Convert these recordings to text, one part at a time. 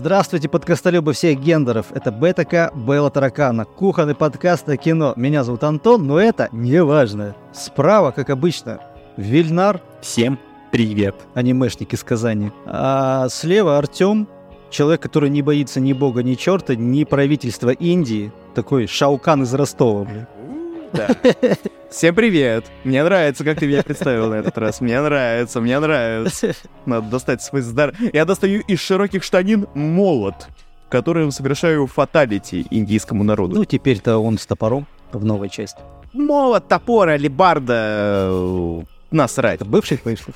Здравствуйте, подкастолюбы всех гендеров. Это БТК Белла Таракана, кухонный подкаст о кино. Меня зовут Антон, но это не важно. Справа, как обычно, Вильнар. Всем привет. Анимешник из Казани. А слева Артём, человек, который не боится ни бога, ни черта, ни правительства Индии. Такой Шаукан из Ростова, блин. Да. Всем привет! Мне нравится, как ты меня представил на этот раз. Мне нравится. Надо достать свой Я достаю из широких штанин молот, которым совершаю фаталити индийскому народу. Ну, теперь-то он с топором в новой части. Молот, топор, алебарда... Насрать. Это бывший твоих?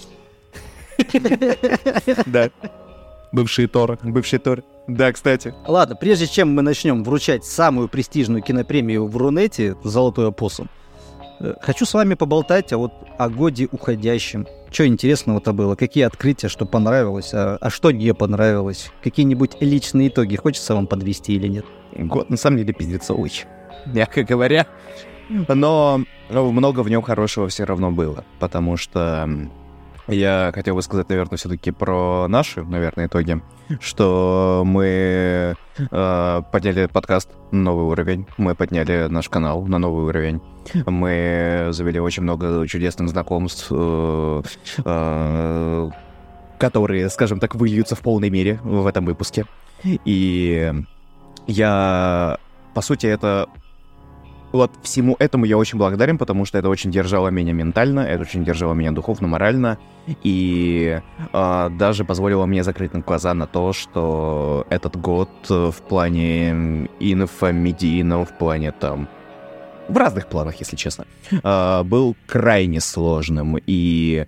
Да. Бывший Тор. Да, кстати. Ладно, прежде чем мы начнем вручать самую престижную кинопремию в Рунете, «Золотой опоссум», хочу с вами поболтать о годе уходящем. Что интересного-то было? Какие открытия, что понравилось, а что не понравилось? Какие-нибудь личные итоги хочется вам подвести или нет? Год, на самом деле, пиздецовый, мягко говоря. Но много в нем хорошего все равно было, потому что... Я хотел бы сказать, наверное, все-таки про наши, наверное, итоги, что мы подняли подкаст на новый уровень, мы подняли наш канал на новый уровень, мы завели очень много чудесных знакомств, которые, скажем так, выльются в полной мере в этом выпуске. И я, по сути, это... Вот всему этому я очень благодарен, потому что это очень держало меня ментально, это очень держало меня духовно, морально, и даже позволило мне закрыть глаза на то, что этот год в плане инфомедийного, в плане там... В разных планах, если честно, был крайне сложным, и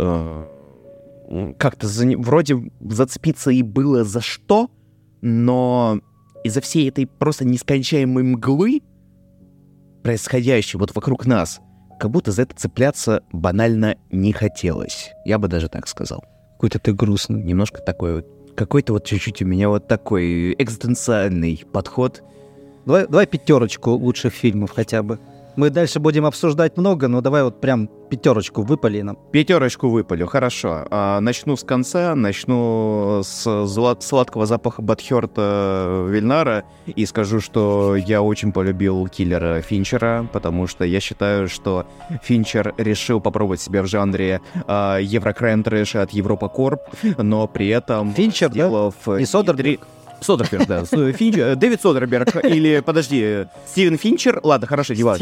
как-то вроде зацепиться и было за что, но из-за всей этой просто нескончаемой мглы, происходящее вот вокруг нас, как будто за это цепляться банально не хотелось. Я бы даже так сказал. Какой-то ты грустный. Немножко такой вот, какой-то вот чуть-чуть у меня вот такой экзистенциальный подход. Давай 5 лучших фильмов хотя бы. Мы дальше будем обсуждать много, но давай вот прям 5 выпали нам. 5 выпалю, хорошо. Начну с конца, начну с сладкого запаха Батхёрта Вильнара и скажу, что я очень полюбил Киллера Финчера, потому что я считаю, что Финчер решил попробовать себя в жанре еврокрайм-трэша от Европа Корп, но при этом... Финчер, сделав... да? И Содерберг. Содерберг, да. Дэвид Содерберг. Или, подожди, Стивен Финчер. Ладно, хорошо, девай.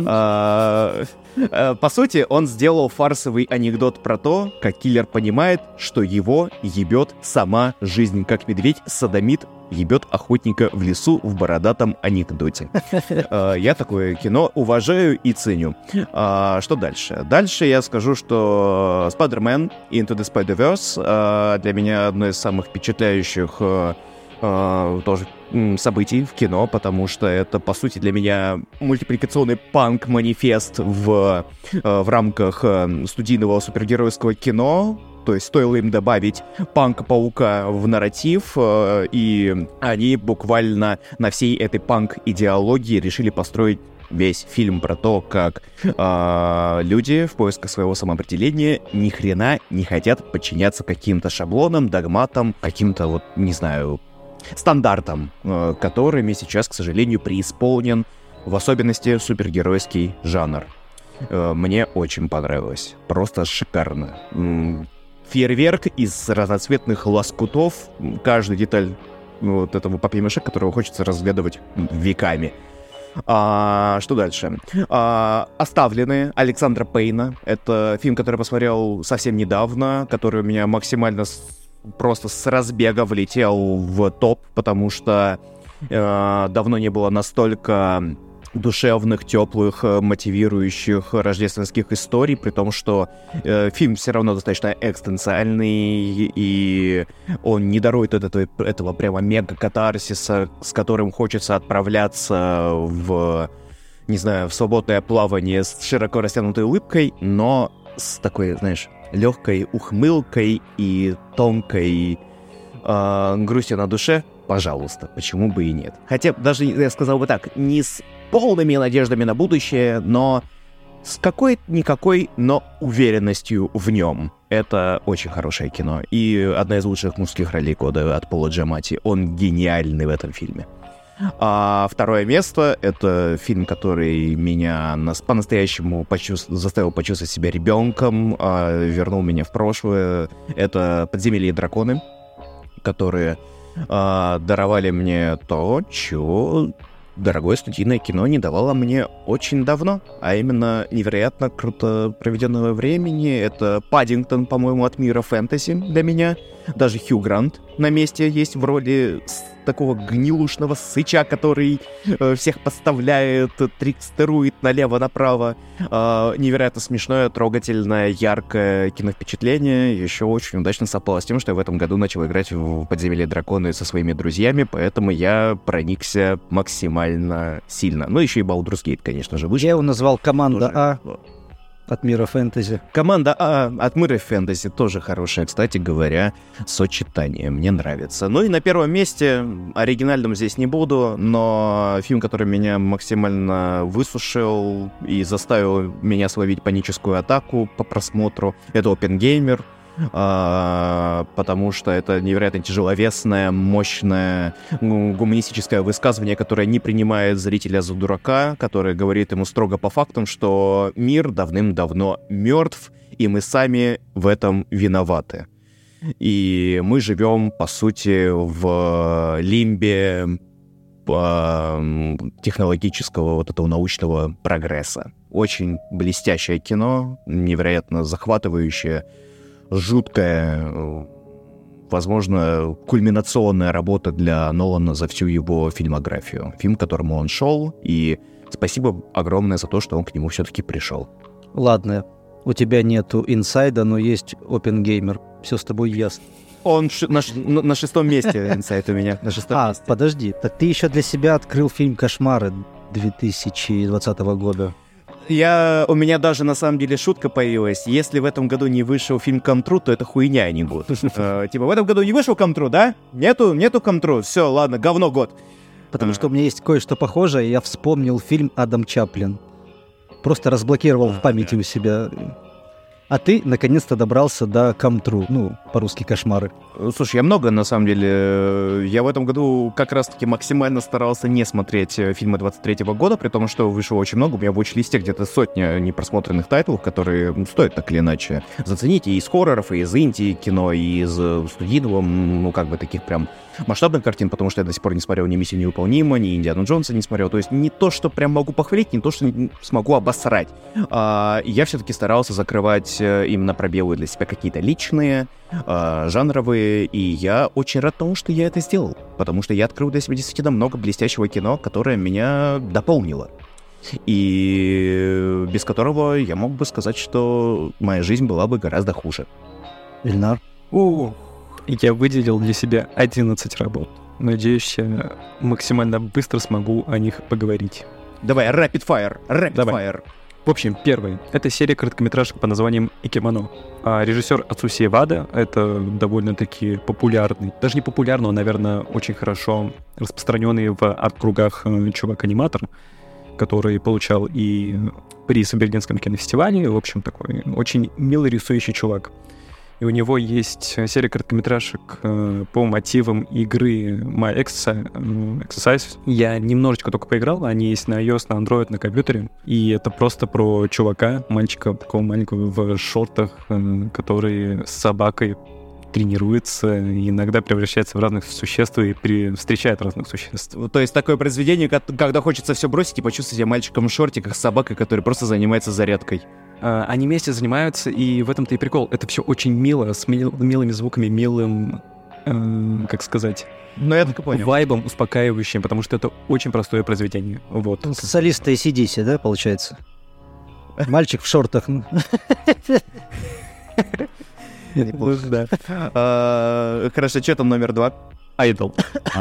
По сути, он сделал фарсовый анекдот про то, как киллер понимает, что его ебет сама жизнь, как медведь садомит ебет охотника в лесу в бородатом анекдоте. Я такое кино уважаю и ценю. Что дальше? Дальше я скажу, что Spider-Man Into the Spider-Verse для меня одно из самых впечатляющих тоже событий в кино, потому что это, по сути, для меня мультипликационный панк-манифест в рамках студийного супергеройского кино. То есть стоило им добавить Панка-паука в нарратив, и они буквально на всей этой панк-идеологии решили построить весь фильм про то, как люди в поисках своего самоопределения ни хрена не хотят подчиняться каким-то шаблонам, догматам, каким-то, вот, не знаю, стандартам, которыми сейчас, к сожалению, преисполнен, в особенности, супергеройский жанр. Мне очень понравилось. Просто шикарно. Фейерверк из разноцветных лоскутов, каждая деталь вот этого папье-маше, которого хочется разглядывать веками. Что дальше? «Оставленные» Александра Пейна. Это фильм, который я посмотрел совсем недавно, который у меня максимально просто с разбега влетел в топ, потому что давно не было настолько душевных, теплых, мотивирующих рождественских историй, при том, что фильм все равно достаточно экзистенциальный, и он не дарует этого прямо мега-катарсиса, с которым хочется отправляться в, не знаю, в свободное плавание с широко растянутой улыбкой, но с такой, знаешь, легкой ухмылкой и тонкой грустью на душе. Пожалуйста, почему бы и нет? Хотя, даже, я сказал бы так, не с полными надеждами на будущее, но с какой-никакой, но уверенностью в нем. это очень хорошее кино. И одна из лучших мужских ролей года от Пола Джаматти. Он гениальный в этом фильме. А второе место — это фильм, который меня по-настоящему заставил почувствовать себя ребенком, вернул меня в прошлое. Это «Подземелье и драконы», которые даровали мне то, чего дорогое студийное кино не давало мне очень давно, а именно невероятно круто проведенного времени. Это «Паддингтон», по-моему, от мира фэнтези для меня. Даже Хью Грант на месте есть в роли такого гнилушного сыча, который всех подставляет, трикстерует налево-направо. Невероятно смешное, трогательное, яркое киновпечатление. Еще очень удачно совпало с тем, что я в этом году начал играть в «Подземелье драконы» со своими друзьями, поэтому я проникся максимально сильно. Ну, еще и Baldur's Gate, конечно же, вышел. Я его назвал «Команда А» от мира фэнтези. «Команда А» от мира фэнтези тоже хорошее, кстати говоря, сочетание. Мне нравится. Ну и на первом месте, оригинальным здесь не буду, но фильм, который меня максимально высушил и заставил меня словить паническую атаку по просмотру, это «Оппенгеймер». Потому что это невероятно тяжеловесное, мощное гуманистическое высказывание, которое не принимает зрителя за дурака, которое говорит ему строго по фактам, что мир давным-давно мертв, и мы сами в этом виноваты. И мы живем, по сути, в лимбе технологического вот этого научного прогресса. Очень блестящее кино, невероятно захватывающее, жуткая, возможно, кульминационная работа для Нолана за всю его фильмографию. Фильм, к которому он шел, и спасибо огромное за то, что он к нему все-таки пришел. Ладно, у тебя нету инсайда, но есть Оппенгеймер. Все с тобой ясно. Он на шестом месте инсайд у меня. На шестом месте. Подожди, так ты еще для себя открыл фильм «Кошмары» 2020 года. У меня даже на самом деле шутка появилась. Если в этом году не вышел фильм «Come True», то это хуйня, а не год. Типа, в этом году не вышел «Come True», да? Нету «Come True». Все, ладно, говно год. Потому что у меня есть кое-что похожее, и я вспомнил фильм «Адам Чаплин». Просто разблокировал в памяти у себя. А ты, наконец-то, добрался до «Come True», ну, по-русски «Кошмары». Слушай, я много, на самом деле. Я в этом году как раз-таки максимально старался не смотреть фильмы 23-го года, при том, что вышло очень много. У меня в watch-листе где-то сотня непросмотренных тайтлов, которые стоит так или иначе заценить. И из хорроров, и из инди-кино, и из студийного, ну, как бы таких прям масштабных картин, потому что я до сих пор не смотрел ни «Миссию невыполнима», ни «Индиану Джонса» не смотрел. То есть не то, что прям могу похвалить, не то, что смогу обосрать. Я все-таки старался закрывать именно пробелы для себя какие-то личные, жанровые, и я очень рад тому, что я это сделал, потому что я открыл для себя действительно много блестящего кино, которое меня дополнило, и без которого я мог бы сказать, что моя жизнь была бы гораздо хуже. Ильнар? Я выделил для себя 11 работ. Надеюсь, я максимально быстро смогу о них поговорить. Давай, rapid fire. В общем, первый — это серия короткометражек по названием «Икемоно». Режиссер Ацуси Вада — это довольно-таки популярный, даже не популярный, но, наверное, очень хорошо распространенный в арт-кругах чувак-аниматор, который получал и приз в Берлинском кинофестивале. В общем, такой очень милый рисующий чувак. И у него есть серия короткометражек по мотивам игры My Exercise. Я немножечко только поиграл, они есть на iOS, на Android, на компьютере. И это просто про чувака, мальчика такого маленького в шортах, который с собакой тренируется, иногда превращается в разных существ и встречает разных существ. То есть такое произведение, когда хочется все бросить и почувствовать себя мальчиком в шортиках с собакой, который просто занимается зарядкой. Они вместе занимаются, и в этом-то и прикол. Это все очень мило, с милыми звуками, милым, как сказать, я так и понял. Вайбом успокаивающим, потому что это очень простое произведение. Вот. Солист AC/DC, да, получается? Мальчик в шортах. Да. Хорошо, что там номер 2? Idol.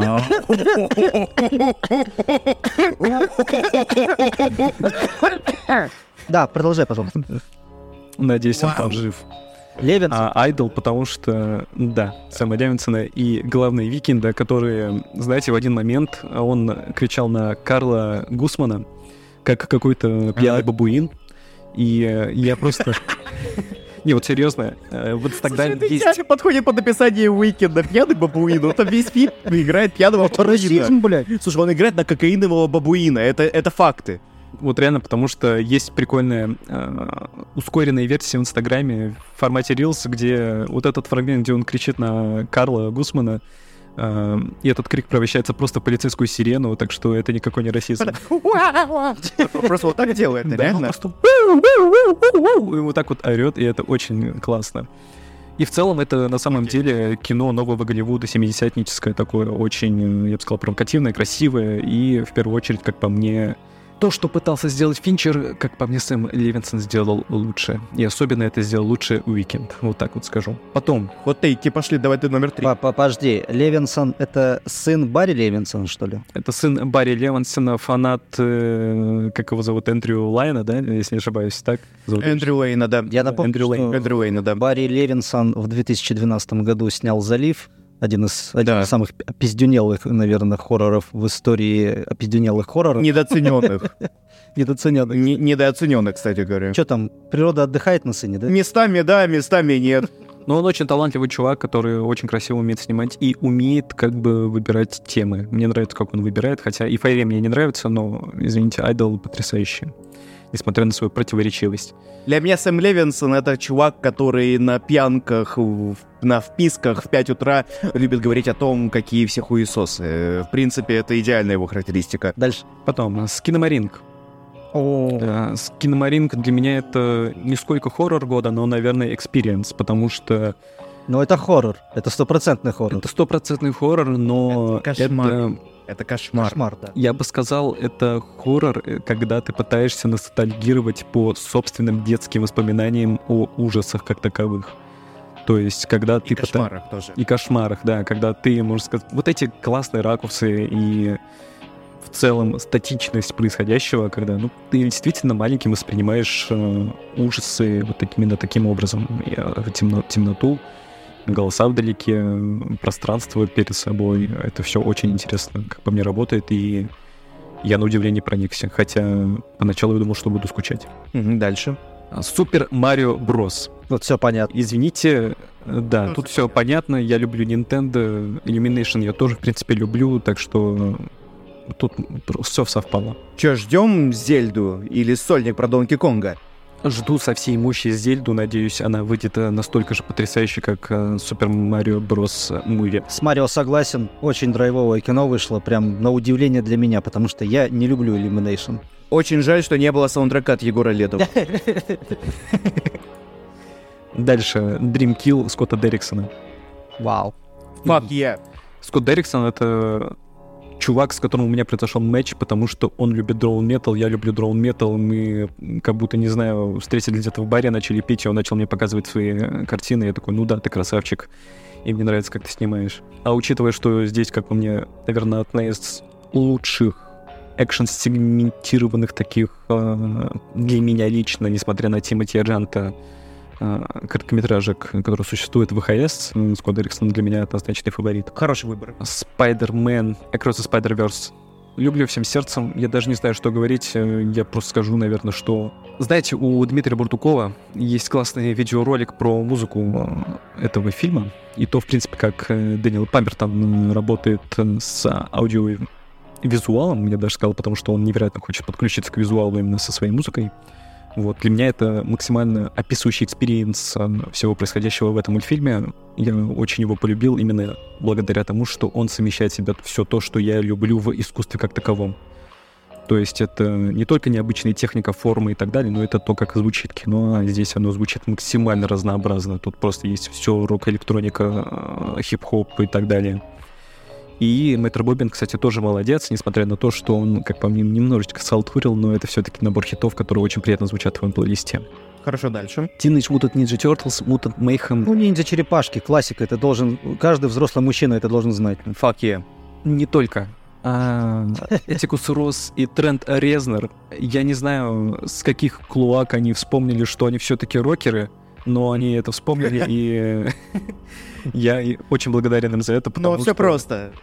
Да, продолжай, пожалуйста. Надеюсь, он там жив. Левинсон? Idol, потому что, да, Сэма Левинсона и главный Викинда, которые, знаете, в один момент он кричал на Карла Гусмана, как какой-то пьяный бабуин, и я просто... Не, вот серьезно, в Инстаграме есть... Слушай, подходит под описание Уикенда пьяный бабуин. Он там весь фильм играет пьяного бабуина. блядь. Слушай, он играет на кокаинового бабуина. Это факты. Вот реально, потому что есть прикольная ускоренная версия в Инстаграме в формате Reels, где вот этот фрагмент, где он кричит на Карла Гусмана, и этот крик превращается просто в полицейскую сирену, так что это никакой не расизм. Просто вот так делает, реально. И вот так вот орет, и это очень классно. И в целом это на самом деле кино нового Голливуда, 70-ническое, такое очень, я бы сказал, провокативное, красивое, и в первую очередь, как по мне, то, что пытался сделать Финчер, как по мне, Сэм Левинсон сделал лучше. И особенно это сделал лучше Уикенд. Вот так вот скажу. Потом. Вот тейки пошли, давай ты номер 3. Подожди, Левинсон — это сын Барри Левинсона, что ли? Это сын Барри Левинсона, фанат, как его зовут, Эндрю Лайна, да, если не ошибаюсь, так? Эндрю Лейна, да. Я напомню, Эндрю Лейн. Эндрю Лейна, да. Барри Левинсон в 2012 году снял «Залив», один из самых опиздюнелых, наверное, хорроров в истории опиздюнелых хорроров. Недооцененных. Недооцененных. Недооцененных, кстати говоря. Что там, природа отдыхает на сыне, да? Местами да, местами нет. Но он очень талантливый чувак, который очень красиво умеет снимать и умеет как бы выбирать темы. Мне нравится, как он выбирает, хотя «Эйфория» мне не нравится, но, извините, «Айдол» потрясающий, несмотря на свою противоречивость. Для меня Сэм Левинсон — это чувак, который на пьянках, на вписках в 5 утра любит говорить о том, какие все хуесосы. В принципе, это идеальная его характеристика. Дальше. Потом, «Скиномаринг». «Скиномаринг» для меня это не сколько хоррор года, но, наверное, экспириенс, потому что... Ну, это хоррор. Это стопроцентный хоррор. Это стопроцентный хоррор, но Это кошмар. Это кошмар. Кошмар, да. Я бы сказал, это хоррор, когда ты пытаешься ностальгировать по собственным детским воспоминаниям о ужасах как таковых. То есть, когда ты... И кошмарах тоже. И кошмарах, да. Когда ты, можно сказать, вот эти классные ракурсы и в целом статичность происходящего, когда ты действительно маленьким воспринимаешь ужасы вот именно таким образом. Темноту, голоса вдалеке, пространство перед собой. Это все очень интересно, как по мне, работает, и я на удивление проникся. Хотя поначалу я думал, что буду скучать. Дальше. Супер Марио Брос. Вот все понятно. Извините, да, тут все понятно. Я люблю Nintendo, Illumination я тоже, в принципе, люблю, так что тут все совпало. Че, ждем Зельду или сольник про Донки Конга? Жду со всей мощи Зельду, надеюсь, она выйдет настолько же потрясающей, как Super Mario Bros. Movie. С Марио согласен. Очень драйвовое кино вышло, прям на удивление для меня, потому что я не люблю Illumination. Очень жаль, что не было саундтрека от Егора Летова. Дальше. Dream Kill Скотта Дерриксона. Вау. Fuck yeah. Скотт Дерриксон — это чувак, с которым у меня произошел матч, потому что он любит дроун-метал, я люблю дроун-метал, мы как будто, не знаю, встретились где-то в баре, начали пить, и он начал мне показывать свои картины, я такой, ну да, ты красавчик, и мне нравится, как ты снимаешь. А учитывая, что здесь, как по мне, наверное, одна из лучших экшн-сегментированных таких для меня лично, несмотря на Тимоти Аджанта, короткометражек, который существует в ВХС, Скотт Дерриксон для меня однозначный фаворит. Хороший выбор. Spider-Man, Across the Spider-Verse. Люблю всем сердцем. Я даже не знаю, что говорить. Я просто скажу, наверное, что... Знаете, у Дмитрия Бурдукова есть классный видеоролик про музыку этого фильма. И то, в принципе, как Дэниел Памбертон работает с аудиовизуалом, я даже сказал, потому что он невероятно хочет подключиться к визуалу именно со своей музыкой. Вот, для меня это максимально описывающий экспириенс всего происходящего в этом мультфильме. Я очень его полюбил именно благодаря тому, что он совмещает в себя все то, что я люблю в искусстве как таковом. То есть это не только необычная техника, формы и так далее, но это то, как звучит кино, а здесь оно звучит максимально разнообразно. Тут просто есть все рок-электроника, хип-хоп и так далее. И Мэтр Бобин, кстати, тоже молодец, несмотря на то, что он, как по мне, немножечко салтурил, но это все-таки набор хитов, которые очень приятно звучат в твоем плейлисте. Хорошо, дальше. Teenage Mutant Ninja Turtles, Mutant Mayhem. Ну, ниндзя-черепашки, классика, это должен... Каждый взрослый мужчина это должен знать. Fuck yeah. Не только. Этикус Росс и Трент Резнер, я не знаю, с каких клоак они вспомнили, что они все-таки рокеры, но они это вспомнили, и я очень благодарен им за это, потому все просто.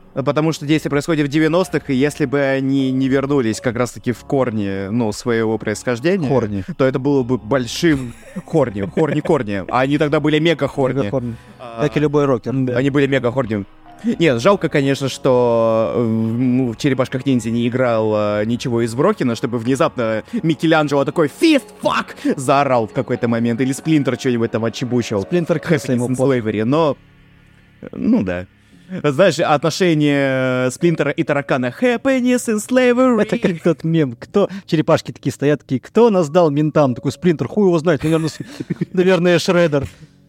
Потому что действие происходит в 90-х, и если бы они не вернулись как раз-таки в корни, своего происхождения, Хорни. то это было бы большим хорни, а они тогда были мега-хорни. Мега-хорни. Как и любой рокер. Да. Они были мега-хорни. Нет, жалко, конечно, что в «Черепашках ниндзя» не играл ничего из Брокина, чтобы внезапно Микеланджело такой «Fist, fuck!» заорал в какой-то момент, или Сплинтер что-нибудь там отчебучил. Сплинтер крыса ему Happiness and Slavery, но... да. Знаешь, отношения Сплинтера и Таракана «Happiness and Slavery». Это как тот мем. Черепашки такие стоят, такие, кто нас дал ментам? Такой Сплинтер, хуй его знает, наверное, Шреддер.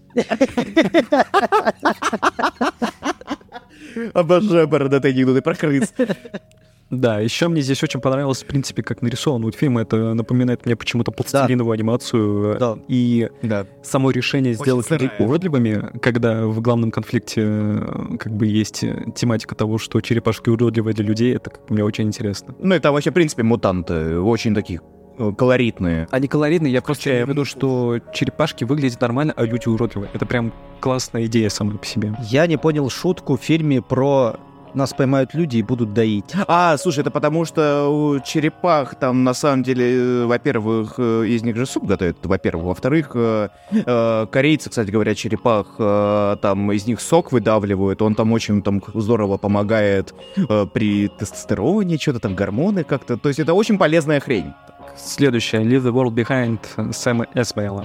Обожаю бородатые анекдоты про крыс. Да, еще мне здесь очень понравилось, в принципе, как нарисован фильм. Это напоминает мне почему-то пластилиновую анимацию. Да. И само решение сделать людей сырая. уродливыми, когда в главном конфликте как бы есть тематика того, что черепашки уродливые для людей, это как бы мне очень интересно. Это вообще, в принципе, мутанты. Очень такие колоритные. Они колоритные, я просто имею в виду, что черепашки выглядят нормально, а люди уродливые. Это прям классная идея сама по себе. Я не понял шутку в фильме про нас поймают люди и будут доить. Слушай, это потому что у черепах там, на самом деле, во-первых, из них же суп готовят, во-первых. Во-вторых, корейцы, кстати говоря, черепах, там из них сок выдавливают, он там очень здорово помогает при тестостероне, что-то там, гормоны как-то. То есть это очень полезная хрень. Следующее. Leave the World Behind Сэма Эсмейла.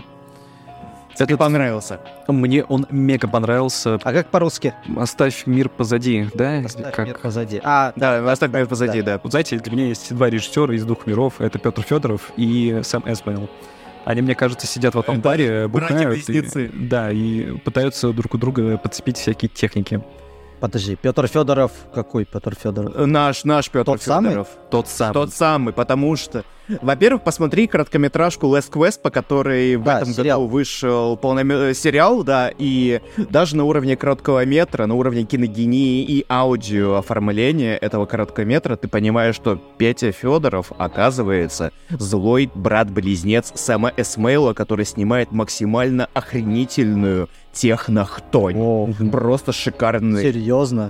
Тебе понравился? Мне он мега понравился. А как по-русски? «Оставь мир позади», да? Оставь Как? мир позади. Да, оставь мир позади, да. Вот знаете, для меня есть два режиссера из двух миров. Это Петр Федоров и Сэм Эсмейл. Они, мне кажется, сидят в одном баре, бухают и пытаются друг у друга подцепить всякие техники. Подожди, Петр Федоров, какой Петр Федоров? Наш Петр Тот самый? Федоров. Тот самый. Тот самый, потому что... Во-первых, посмотри короткометражку Last Quest, по которой в этом году вышел сериал, да, и даже на уровне короткого метра, на уровне киногении и аудио оформления этого короткого метра ты понимаешь, что Петя Федоров, оказывается, злой брат-близнец Сэма Эсмейла, который снимает максимально охренительную технохтонь. Просто шикарный. Серьезно?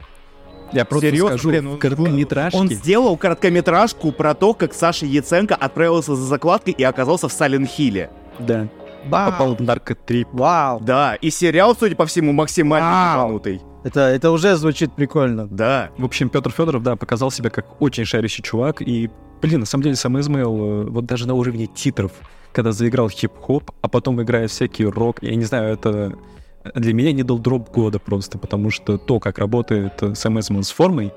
Я просто Серьезно, скажу, в короткометражке... Он сделал короткометражку про то, как Саша Яценко отправился за закладкой и оказался в Сайлент-Хилле. Да. Попал в наркотрип. Вау! Да, и сериал, судя по всему, максимально ебанутый. Это уже звучит прикольно. Да. В общем, Петр Федоров, да, показал себя как очень шарящий чувак. И, на самом деле, Сэм Эсмейл, вот даже на уровне титров, когда заиграл хип-хоп, а потом играет всякий рок, я не знаю, это... Для меня не дал дроп года просто, потому что то, как работает Сэм Эсмейл с формой,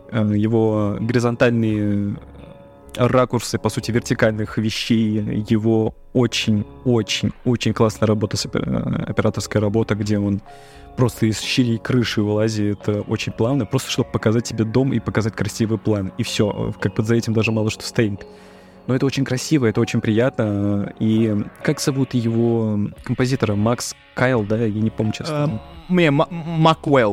его горизонтальные ракурсы, по сути, вертикальных вещей, его очень-очень-очень классная работа, операторская работа, где он просто из щелей крыши вылазит очень плавно, просто чтобы показать тебе дом и показать красивый план. И все, как бы за этим даже мало что стоит. Но это очень красиво, это очень приятно. И как зовут его композитора? Макс Кайл, да? Я не помню, честно. Маквейл.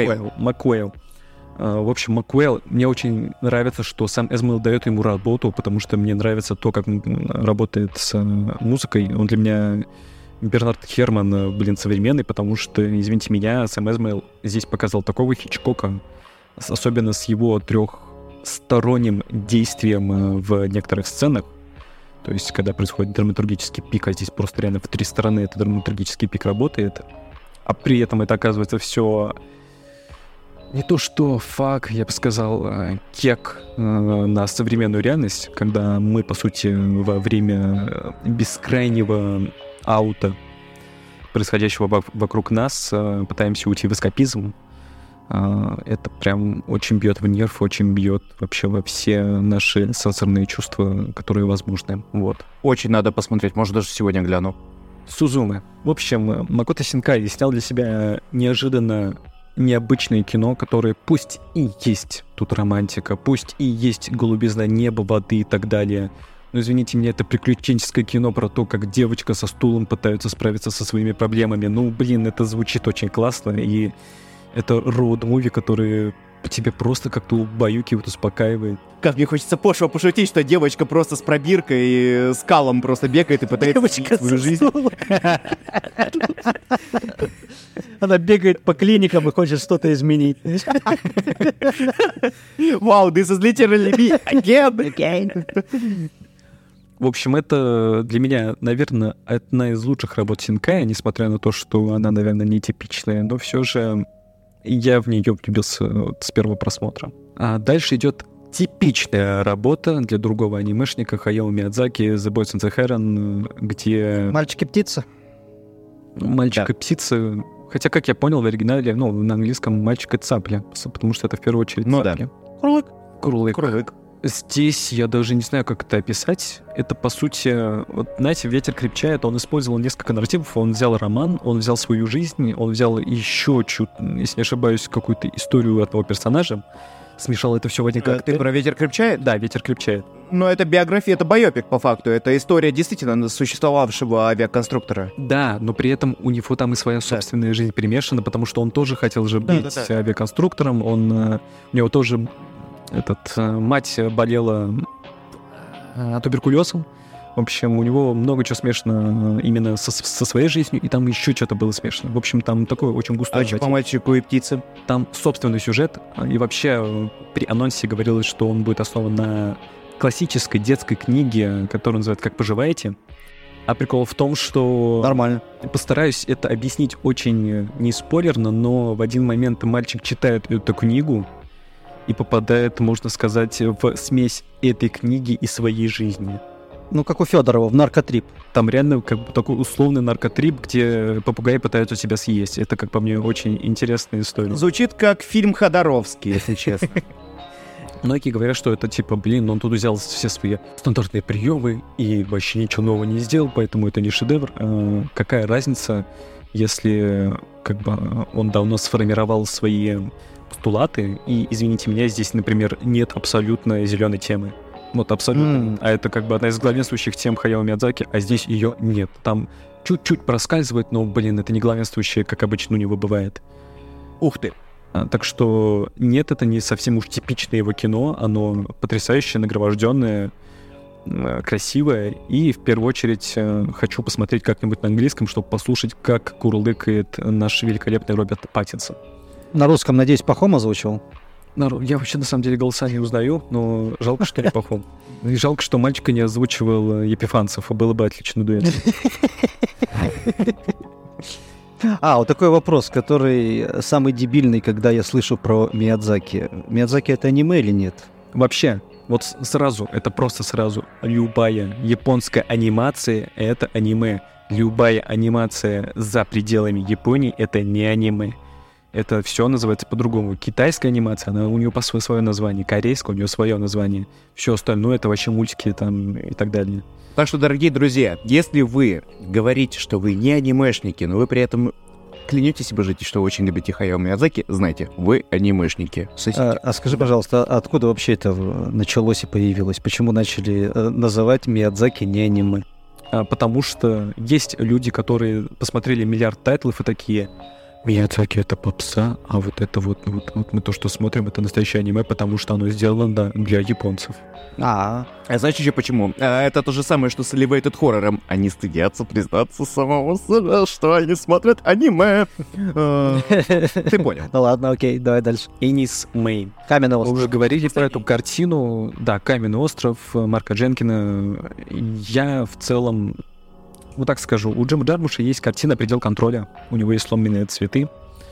В общем, Маквейл, мне очень нравится, что сам Эсмейл дает ему работу, потому что мне нравится то, как он работает с музыкой. Он для меня Бернард Херман, современный, потому что, извините меня, сам Эсмейл здесь показал такого Хичкока, особенно с его трехсторонним действием в некоторых сценах. То есть, когда происходит драматургический пик, а здесь просто реально в три стороны этот драматургический пик работает, а при этом это оказывается все не то что фак, я бы сказал, кек на современную реальность, когда мы, по сути, во время бескрайнего аута, происходящего вокруг нас, пытаемся уйти в эскапизм. Это прям очень бьет в нерв, очень бьет вообще во все наши сенсорные чувства, которые возможны. Вот. Очень надо посмотреть, может, даже сегодня гляну. Сузумэ. В общем, Макото Синкай снял для себя неожиданно необычное кино, которое пусть и есть тут романтика, пусть и есть голубизна неба, воды и так далее, но, извините меня, это приключенческое кино про то, как девочка со стулом пытается справиться со своими проблемами. Это звучит очень классно, и это роуд-муви, который тебе просто как-то убаюкивает, успокаивает. Как мне хочется пошло пошутить, что девочка просто с пробиркой и скалом просто бегает и пытается Девочка свою жизнь. Она бегает по клиникам и хочет что-то изменить. Wow, this is literally me again. В общем, это для меня, наверное, одна из лучших работ Синкая, несмотря на то, что она, наверное, нетипичная, но все же я в нее влюбился с первого просмотра. А дальше идет типичная работа для другого анимешника Хаяо Миядзаки «The Boys and the Heron», где... Мальчик и птица. Мальчик и птица. Хотя, как я понял, в оригинале, на английском «мальчик и цапля», потому что это в первую очередь цапля. Курлык. Курлык. Здесь я даже не знаю, как это описать. Это, по сути, вот, знаете, «Ветер крепчает», он использовал несколько нарративов. Он взял роман, он взял свою жизнь, он взял еще чуть, если не ошибаюсь, какую-то историю одного персонажа, смешал это все в один коктейль. Ты про «Ветер крепчает»? Да, «Ветер крепчает». Но это биография, это байопик, по факту. Это история действительно существовавшего авиаконструктора. Да, но при этом у него там и своя собственная жизнь перемешана, потому что он тоже хотел же быть авиаконструктором. У него тоже мать болела туберкулезом. В общем, у него много чего смешано именно со своей жизнью, и там еще что-то было смешано. В общем, там такой очень густой по «Мальчику и птице»? Там собственный сюжет, и вообще при анонсе говорилось, что он будет основан на классической детской книге, которую называют «Как поживаете?». А прикол в том, что... Нормально. Постараюсь это объяснить очень не спойлерно, но в один момент мальчик читает эту книгу и попадает, можно сказать, в смесь этой книги и своей жизни. Ну, как у Федорова в «Наркотрип». Там реально как бы такой условный наркотрип, где попугаи пытаются тебя съесть. Это, как по мне, очень интересная история. Звучит как фильм Ходоровский, если честно. Многие говорят, что это типа, он тут взял все свои стандартные приемы и вообще ничего нового не сделал, поэтому это не шедевр. Какая разница, если как бы он давно сформировал свои постулаты, и, извините меня, здесь, например, нет абсолютно зеленой темы. Вот абсолютно. А это как бы одна из главенствующих тем Хаяо Миядзаки, а здесь ее нет. Там чуть-чуть проскальзывает, но, это не главенствующее, как обычно у него бывает. Ух ты. Так что нет, это не совсем уж типичное его кино, оно потрясающее, нагроможденное, красивое, и в первую очередь хочу посмотреть как-нибудь на английском, чтобы послушать, как курлыкает наш великолепный Роберт Паттинсон. На русском, надеюсь, Пахом озвучивал? Я вообще, на самом деле, голоса не узнаю, но жалко, что не Пахом. И жалко, что мальчика не озвучивал Епифанцев, а было бы отличный дуэт. Вот такой вопрос, который самый дебильный, когда я слышу про Миядзаки. Миядзаки — это аниме или нет? Вообще, вот сразу, это просто сразу. Любая японская анимация — это аниме. Любая анимация за пределами Японии — это не аниме. Это все называется по-другому. Китайская анимация, у нее свое название. Корейская, у нее свое название. Все остальное — это вообще мультики там и так далее. Так что, дорогие друзья, если вы говорите, что вы не анимешники, но вы при этом клянетесь и божитесь, что вы очень любите Хаяо Миядзаки, знайте, вы анимешники. Скажи, пожалуйста, откуда вообще это началось и появилось? Почему начали называть Миядзаки не аниме? Потому что есть люди, которые посмотрели миллиард тайтлов и такие: Миядзаки — это попса, а вот это вот мы то, что смотрим, это настоящее аниме, потому что оно сделано для японцев. А знаете еще почему? Это то же самое, что с Elevated Horror'ом. Они стыдятся признаться самому себе, что они смотрят аниме. Ты понял. Ну ладно, окей, давай дальше. Энис Мэй. «Каменный остров». Мы уже говорили про эту картину. Да, «Каменный остров» Марка Дженкина. Я в целом... Вот так скажу, у Джима Джармуша есть картина «Предел контроля», у него есть «Сломленные цветы».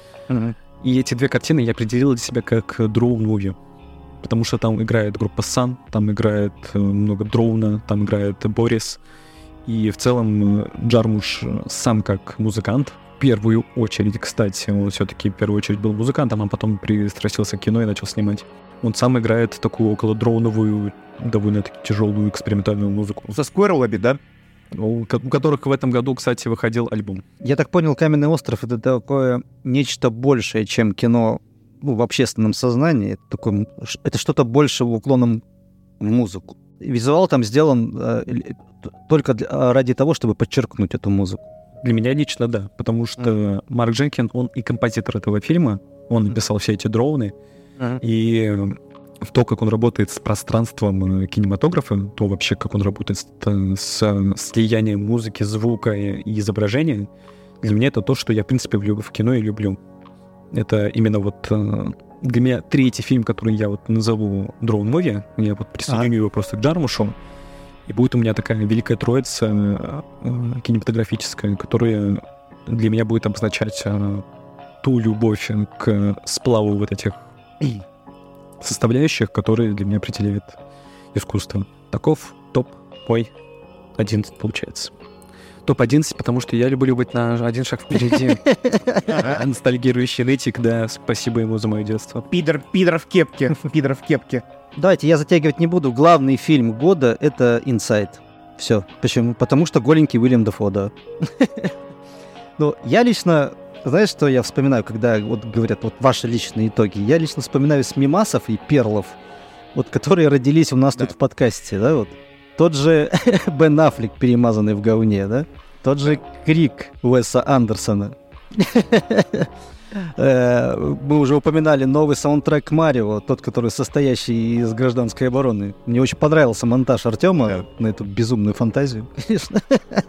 И эти две картины я определил для себя как дроун-муви, потому что там играет группа Сан, там играет много дроуна, там играет Борис. И в целом Джармуш сам как музыкант, в первую очередь, кстати, он все-таки в первую очередь был музыкантом, а потом пристрастился к кино и начал снимать. Он сам играет такую около дроуновую, довольно-таки тяжелую экспериментальную музыку. Со Squirrel'ами, да? У которых в этом году, кстати, выходил альбом. Я так понял, «Каменный остров» — это такое нечто большее, чем кино в общественном сознании. Это что-то больше уклоном в музыку. Визуал там сделан только ради того, чтобы подчеркнуть эту музыку. Для меня лично да, потому что Марк Дженкин, он и композитор этого фильма, он написал все эти дроуны, и в то, как он работает с пространством кинематографа, то вообще, как он работает с слиянием музыки, звука и изображения, Для меня это то, что я, в принципе, в кино и люблю. Это именно вот для меня третий фильм, который я вот назову Drone Movie. Я вот присоединю его просто к Джармушу. И будет у меня такая великая троица кинематографическая, которая для меня будет обозначать ту любовь к сплаву вот этих составляющих, которые для меня определяют искусство. Таков топ мой 11 получается. Топ-11, потому что я люблю быть на один шаг впереди. Ностальгирующий нытик, да, спасибо ему за мое детство. Пидор в кепке. Пидор в кепке. Давайте, я затягивать не буду. Главный фильм года — это «Инсайд». Все. Почему? Потому что голенький Уильям Дефо, да. Ну, я лично... Знаешь, что я вспоминаю, когда вот говорят, вот ваши личные итоги? Я лично вспоминаю с мемасов и перлов, вот, которые родились у нас тут в подкасте, да, вот. Тот же Бен Аффлек, перемазанный в говне, да? Тот же Крик Уэса Андерсона. Мы уже упоминали новый саундтрек Марио, тот, который состоящий из гражданской обороны. Мне очень понравился монтаж Артема на эту безумную фантазию, конечно.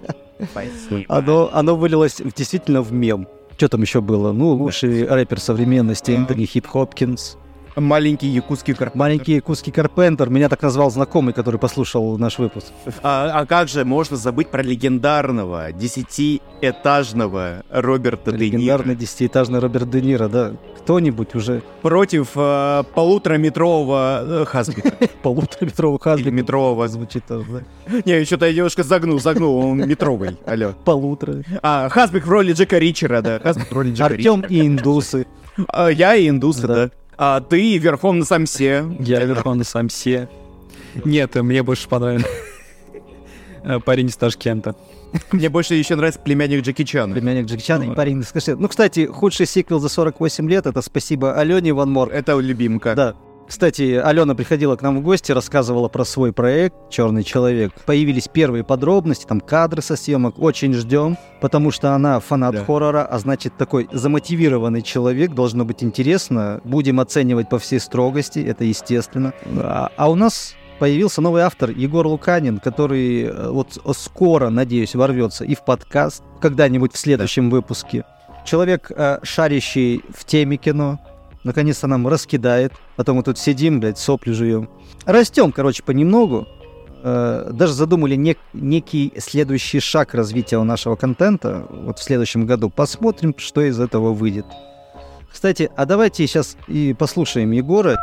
Оно вылилось действительно в мем. Что там еще было? Ну, лучший рэпер современности Энтони Хип Хопкинс. Маленький якутский Карпентер. Маленький якутский Карпентер. Меня так назвал знакомый, который послушал наш выпуск. А как же можно забыть про легендарного 10-этажного Роберта Де Ниро? Легендарный 10-этажный Роберт Де Ниро, да. Кто-нибудь уже... Против полутораметрового Хасбика. Полутораметрового Хасбика. Или метрового. Звучит тоже, да. Не, что-то я немножко загнул, он метровый. Алло. Полутора. Хасбик в роли Джека Ричера, да. Хасбик в роли Джека Артем и индусы. Я и индусы, да. А ты верхом на самсе. Я верхом на самсе. Нет, мне больше понравился парень из Ташкента. Мне больше еще нравится племянник Джеки Чана. Племянник Джеки Чана и парень из Ташкента. Ну, кстати, худший сиквел за 48 лет — это спасибо Алене Ван Мор. Это любимка. Да. Кстати, Алена приходила к нам в гости, рассказывала про свой проект «Черный человек». Появились первые подробности, там кадры со съемок. Очень ждем, потому что она фанат хоррора, а значит, такой замотивированный человек, должно быть интересно. Будем оценивать по всей строгости, это естественно. А у нас появился новый автор Егор Луканин, который вот скоро, надеюсь, ворвется и в подкаст, когда-нибудь в следующем выпуске. Человек, шарящий в теме кино, наконец-то нам раскидает. Потом мы тут сидим, блядь, сопли жуем. Растем, короче, понемногу. Даже задумали некий следующий шаг развития нашего контента. Вот в следующем году посмотрим, что из этого выйдет. Кстати, а давайте сейчас и послушаем Егора.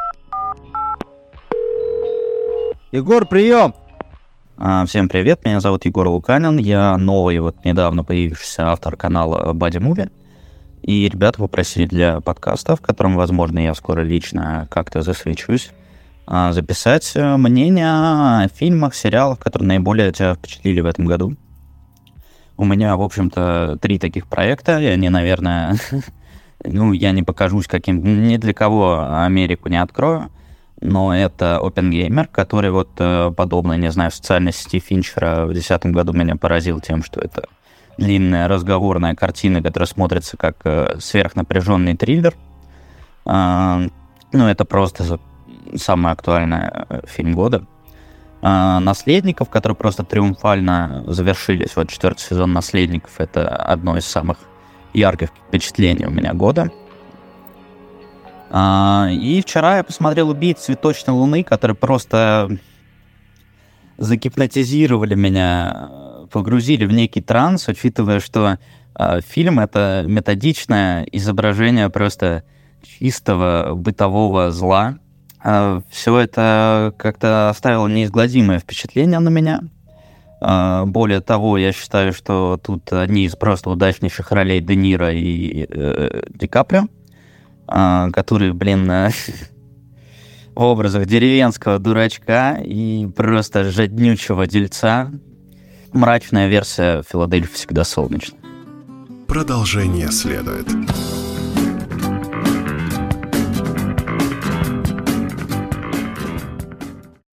Егор, прием! Всем привет, меня зовут Егор Луканин. Я новый, вот недавно появившийся автор канала Body Movie. И ребята попросили для подкаста, в котором, возможно, я скоро лично как-то засвечусь, записать мнение о фильмах, сериалах, которые наиболее тебя впечатлили в этом году. У меня, в общем-то, 3 таких проекта, и они, наверное, я не покажусь каким... Ни для кого Америку не открою, но это OpenGamer, который вот подобно, не знаю, в социальной сети Финчера в 2010 году меня поразил тем, что это длинная разговорная картина, которая смотрится как сверхнапряженный триллер. Это просто самый актуальный фильм года. «Наследников», которые просто триумфально завершились. Вот 4-й сезон «Наследников» — это одно из самых ярких впечатлений у меня года. И вчера я посмотрел «Убийц цветочной луны», которые просто загипнотизировали меня, погрузили в некий транс, учитывая, что фильм — это методичное изображение просто чистого бытового зла. Все это как-то оставило неизгладимое впечатление на меня. Более того, я считаю, что тут одни из просто удачнейших ролей Де Ниро и Ди Каприо, которые, в образах деревенского дурачка и просто жаднючего дельца. Мрачная версия «Филадельфия всегда солнечно». Продолжение следует.